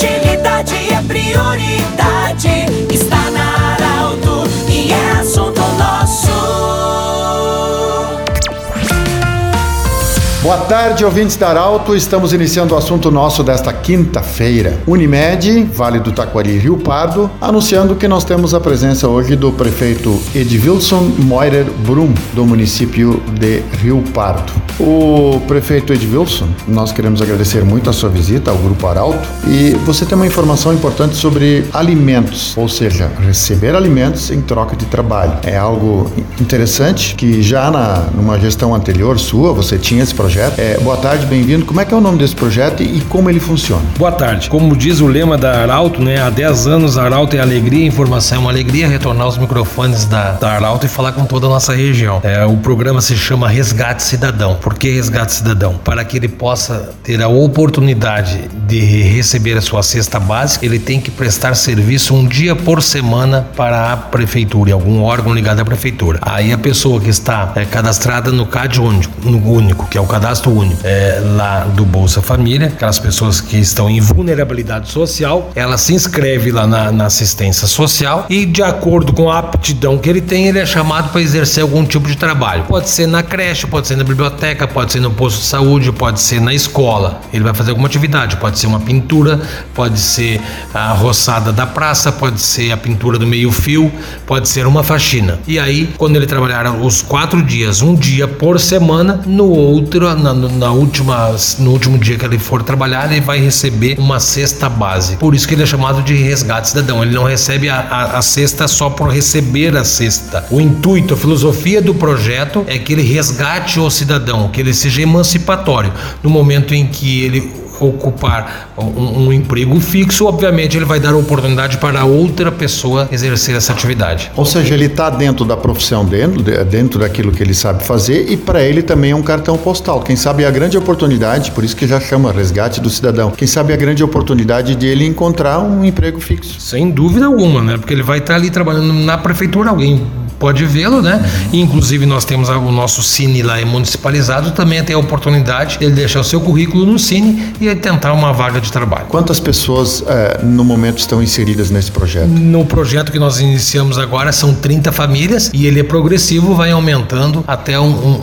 agilidade é prioridade. Está na Arauto e é assunto nosso. Boa tarde, ouvintes da Arauto. Estamos iniciando o assunto nosso desta quinta-feira. Unimed, Vale do Taquari e Rio Pardo, anunciando que nós temos a presença hoje do prefeito Edvilson Moirer Brum, do município de Rio Pardo. O prefeito Edvilson, nós queremos agradecer muito a sua visita ao Grupo Arauto, e você tem uma informação importante sobre alimentos, ou seja, receber alimentos em troca de trabalho. É algo interessante que já numa gestão anterior sua, você tinha esse projeto. Boa tarde, bem-vindo. Como é que é o nome desse projeto e como ele funciona? Boa tarde. Como diz o lema da Arauto, há 10 anos a Arauto é alegria e informação. É uma alegria retornar os microfones da Arauto e falar com toda a nossa região. O programa se chama Resgate Cidadão. Por que Resgate Cidadão? Para que ele possa ter a oportunidade de receber a sua cesta básica, ele tem que prestar serviço um dia por semana para a prefeitura e algum órgão ligado à prefeitura. Aí a pessoa que está cadastrada no CAD único, que é o cadastro único lá do Bolsa Família, aquelas pessoas que estão em vulnerabilidade social, ela se inscreve lá na assistência social e, de acordo com a aptidão que ele tem, ele é chamado para exercer algum tipo de trabalho. Pode ser na creche, pode ser na biblioteca, pode ser no posto de saúde, pode ser na escola. Ele vai fazer alguma atividade, pode ser uma pintura, pode ser a roçada da praça, pode ser a pintura do meio-fio, pode ser uma faxina. E aí, quando ele trabalhar os 4 dias, um dia por semana, no último dia que ele for trabalhar, ele vai receber uma cesta básica. Por isso que ele é chamado de Resgate Cidadão. Ele não recebe a cesta só por receber a cesta. O intuito, a filosofia do projeto é que ele resgate o cidadão, que ele seja emancipatório. No momento em que ele ocupar um emprego fixo, obviamente ele vai dar oportunidade para outra pessoa exercer essa atividade. Ou seja, ele está dentro da profissão dentro daquilo que ele sabe fazer, e para ele também é um cartão postal. Quem sabe a grande oportunidade, por isso que já chama Resgate do Cidadão, quem sabe a grande oportunidade de ele encontrar um emprego fixo. Sem dúvida alguma, porque ele vai estar ali trabalhando na prefeitura, alguém pode vê-lo, E, inclusive nós temos o nosso Cine lá municipalizado, também tem a oportunidade de ele deixar o seu currículo no Cine e tentar uma vaga de trabalho. Quantas pessoas no momento estão inseridas nesse projeto? No projeto que nós iniciamos agora são 30 famílias e ele é progressivo, vai aumentando até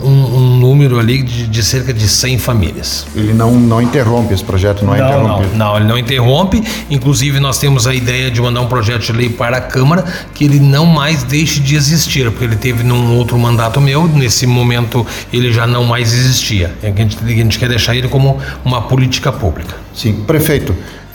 um número ali de cerca de 100 famílias. Ele não interrompe esse projeto, não é interrompido? Não, ele não interrompe. Inclusive nós temos a ideia de mandar um projeto de lei para a Câmara que ele não mais deixe de existir, porque ele teve num outro mandato meu, nesse momento ele já não mais existia. A gente quer deixar ele como uma política pública. Sim, prefeito,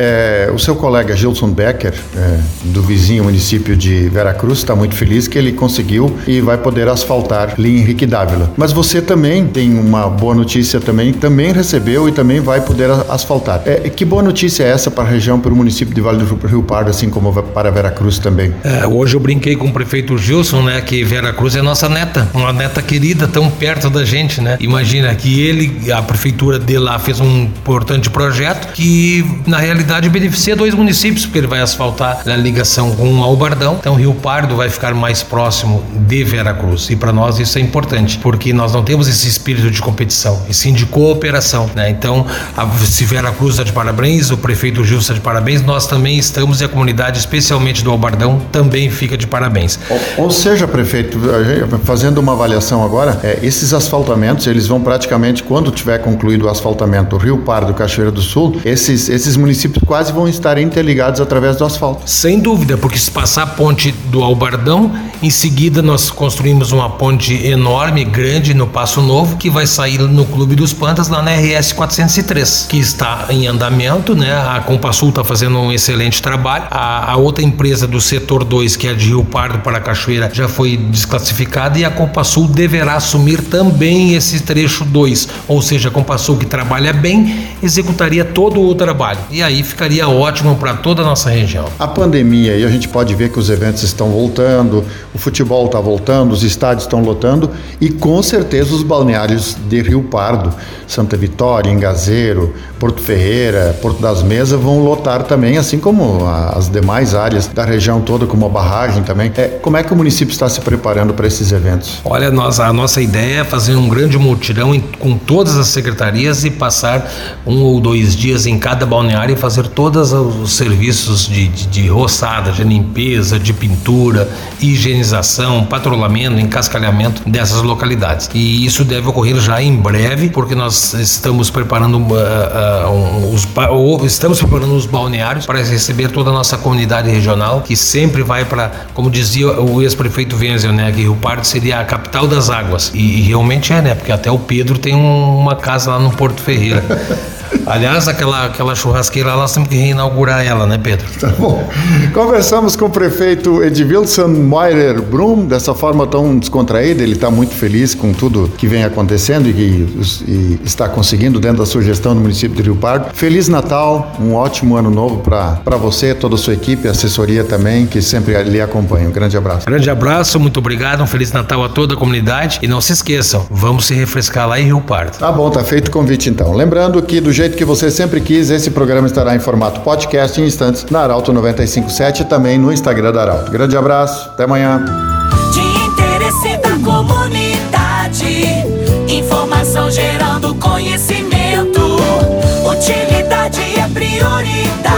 o seu colega Gilson Becker, do vizinho município de Veracruz, está muito feliz que ele conseguiu e vai poder asfaltar linha Henrique Dávila. Mas você também tem uma boa notícia, também recebeu e também vai poder asfaltar. Que boa notícia é essa para a região, para o município de Vale do Rio Pardo, assim como para Veracruz também? Hoje eu brinquei com o prefeito Gilson, que Veracruz é nossa neta, uma neta querida, tão perto da gente, Imagina que a prefeitura de lá fez um importante projeto que, na realidade, beneficia 2 municípios, porque ele vai asfaltar a ligação com o Albardão. Então Rio Pardo vai ficar mais próximo de Veracruz, e para nós isso é importante, porque nós não temos esse espírito de competição, e sim de cooperação, Então, se Veracruz está de parabéns, o prefeito Gil está de parabéns, nós também estamos, e a comunidade, especialmente do Albardão, também fica de parabéns. Ou seja, prefeito, fazendo uma avaliação agora, esses asfaltamentos, eles vão praticamente, quando tiver concluído o asfaltamento do Rio Pardo, Cachoeira do Sul, esses municípios quase vão estar interligados através do asfalto. Sem dúvida, porque se passar a ponte do Albardão, em seguida nós construímos uma ponte enorme, grande, no Passo Novo, que vai sair no Clube dos Pantas, lá na RS 403, que está em andamento, A Compasul está fazendo um excelente trabalho. A outra empresa do setor 2, que é de Rio Pardo para a Cachoeira, já foi desclassificada, e a Compasul deverá assumir também esse trecho 2, ou seja, a Compasul, que trabalha bem, executaria todo o trabalho, e aí ficaria ótimo para toda a nossa região. A pandemia, e a gente pode ver que os eventos estão voltando, o futebol está voltando, os estádios estão lotando, e com certeza os balneários de Rio Pardo, Santa Vitória, Engazeiro, Porto Ferreira, Porto das Mesas vão lotar também, assim como as demais áreas da região toda, como a barragem também. Como é que o município está se preparando para esses eventos? Olha, a nossa ideia é fazer um grande mutirão com todas as secretarias e passar 1 ou 2 dias em cada balneário e fazer fazer todos os serviços de roçada, de limpeza, de pintura, higienização, patrulhamento, encascalhamento dessas localidades. E isso deve ocorrer já em breve, porque nós estamos preparando os balneários para receber toda a nossa comunidade regional, que sempre vai para, como dizia o ex-prefeito Wenzel, né, que Rio Pardo seria a capital das águas. E realmente é, né, porque até o Pedro tem uma casa lá no Porto Ferreira. Aliás, aquela churrasqueira lá, nós temos que reinaugurar ela, né, Pedro? Tá bom. Conversamos com o prefeito Edvilson Moirer Brum, dessa forma tão descontraída. Ele está muito feliz com tudo que vem acontecendo e está conseguindo dentro da sua gestão no município de Rio Pardo. Feliz Natal, um ótimo ano novo para você, toda a sua equipe, assessoria também, que sempre lhe acompanha. Um grande abraço. Grande abraço, muito obrigado, um Feliz Natal a toda a comunidade e não se esqueçam, vamos se refrescar lá em Rio Pardo. Tá bom, tá feito o convite então. Lembrando que do jeito que você sempre quis, esse programa estará em formato podcast em instantes na Arauto 95.7 e também no Instagram da Arauto. Grande abraço, até amanhã. De interesse da comunidade, informação gerando conhecimento, utilidade é prioridade.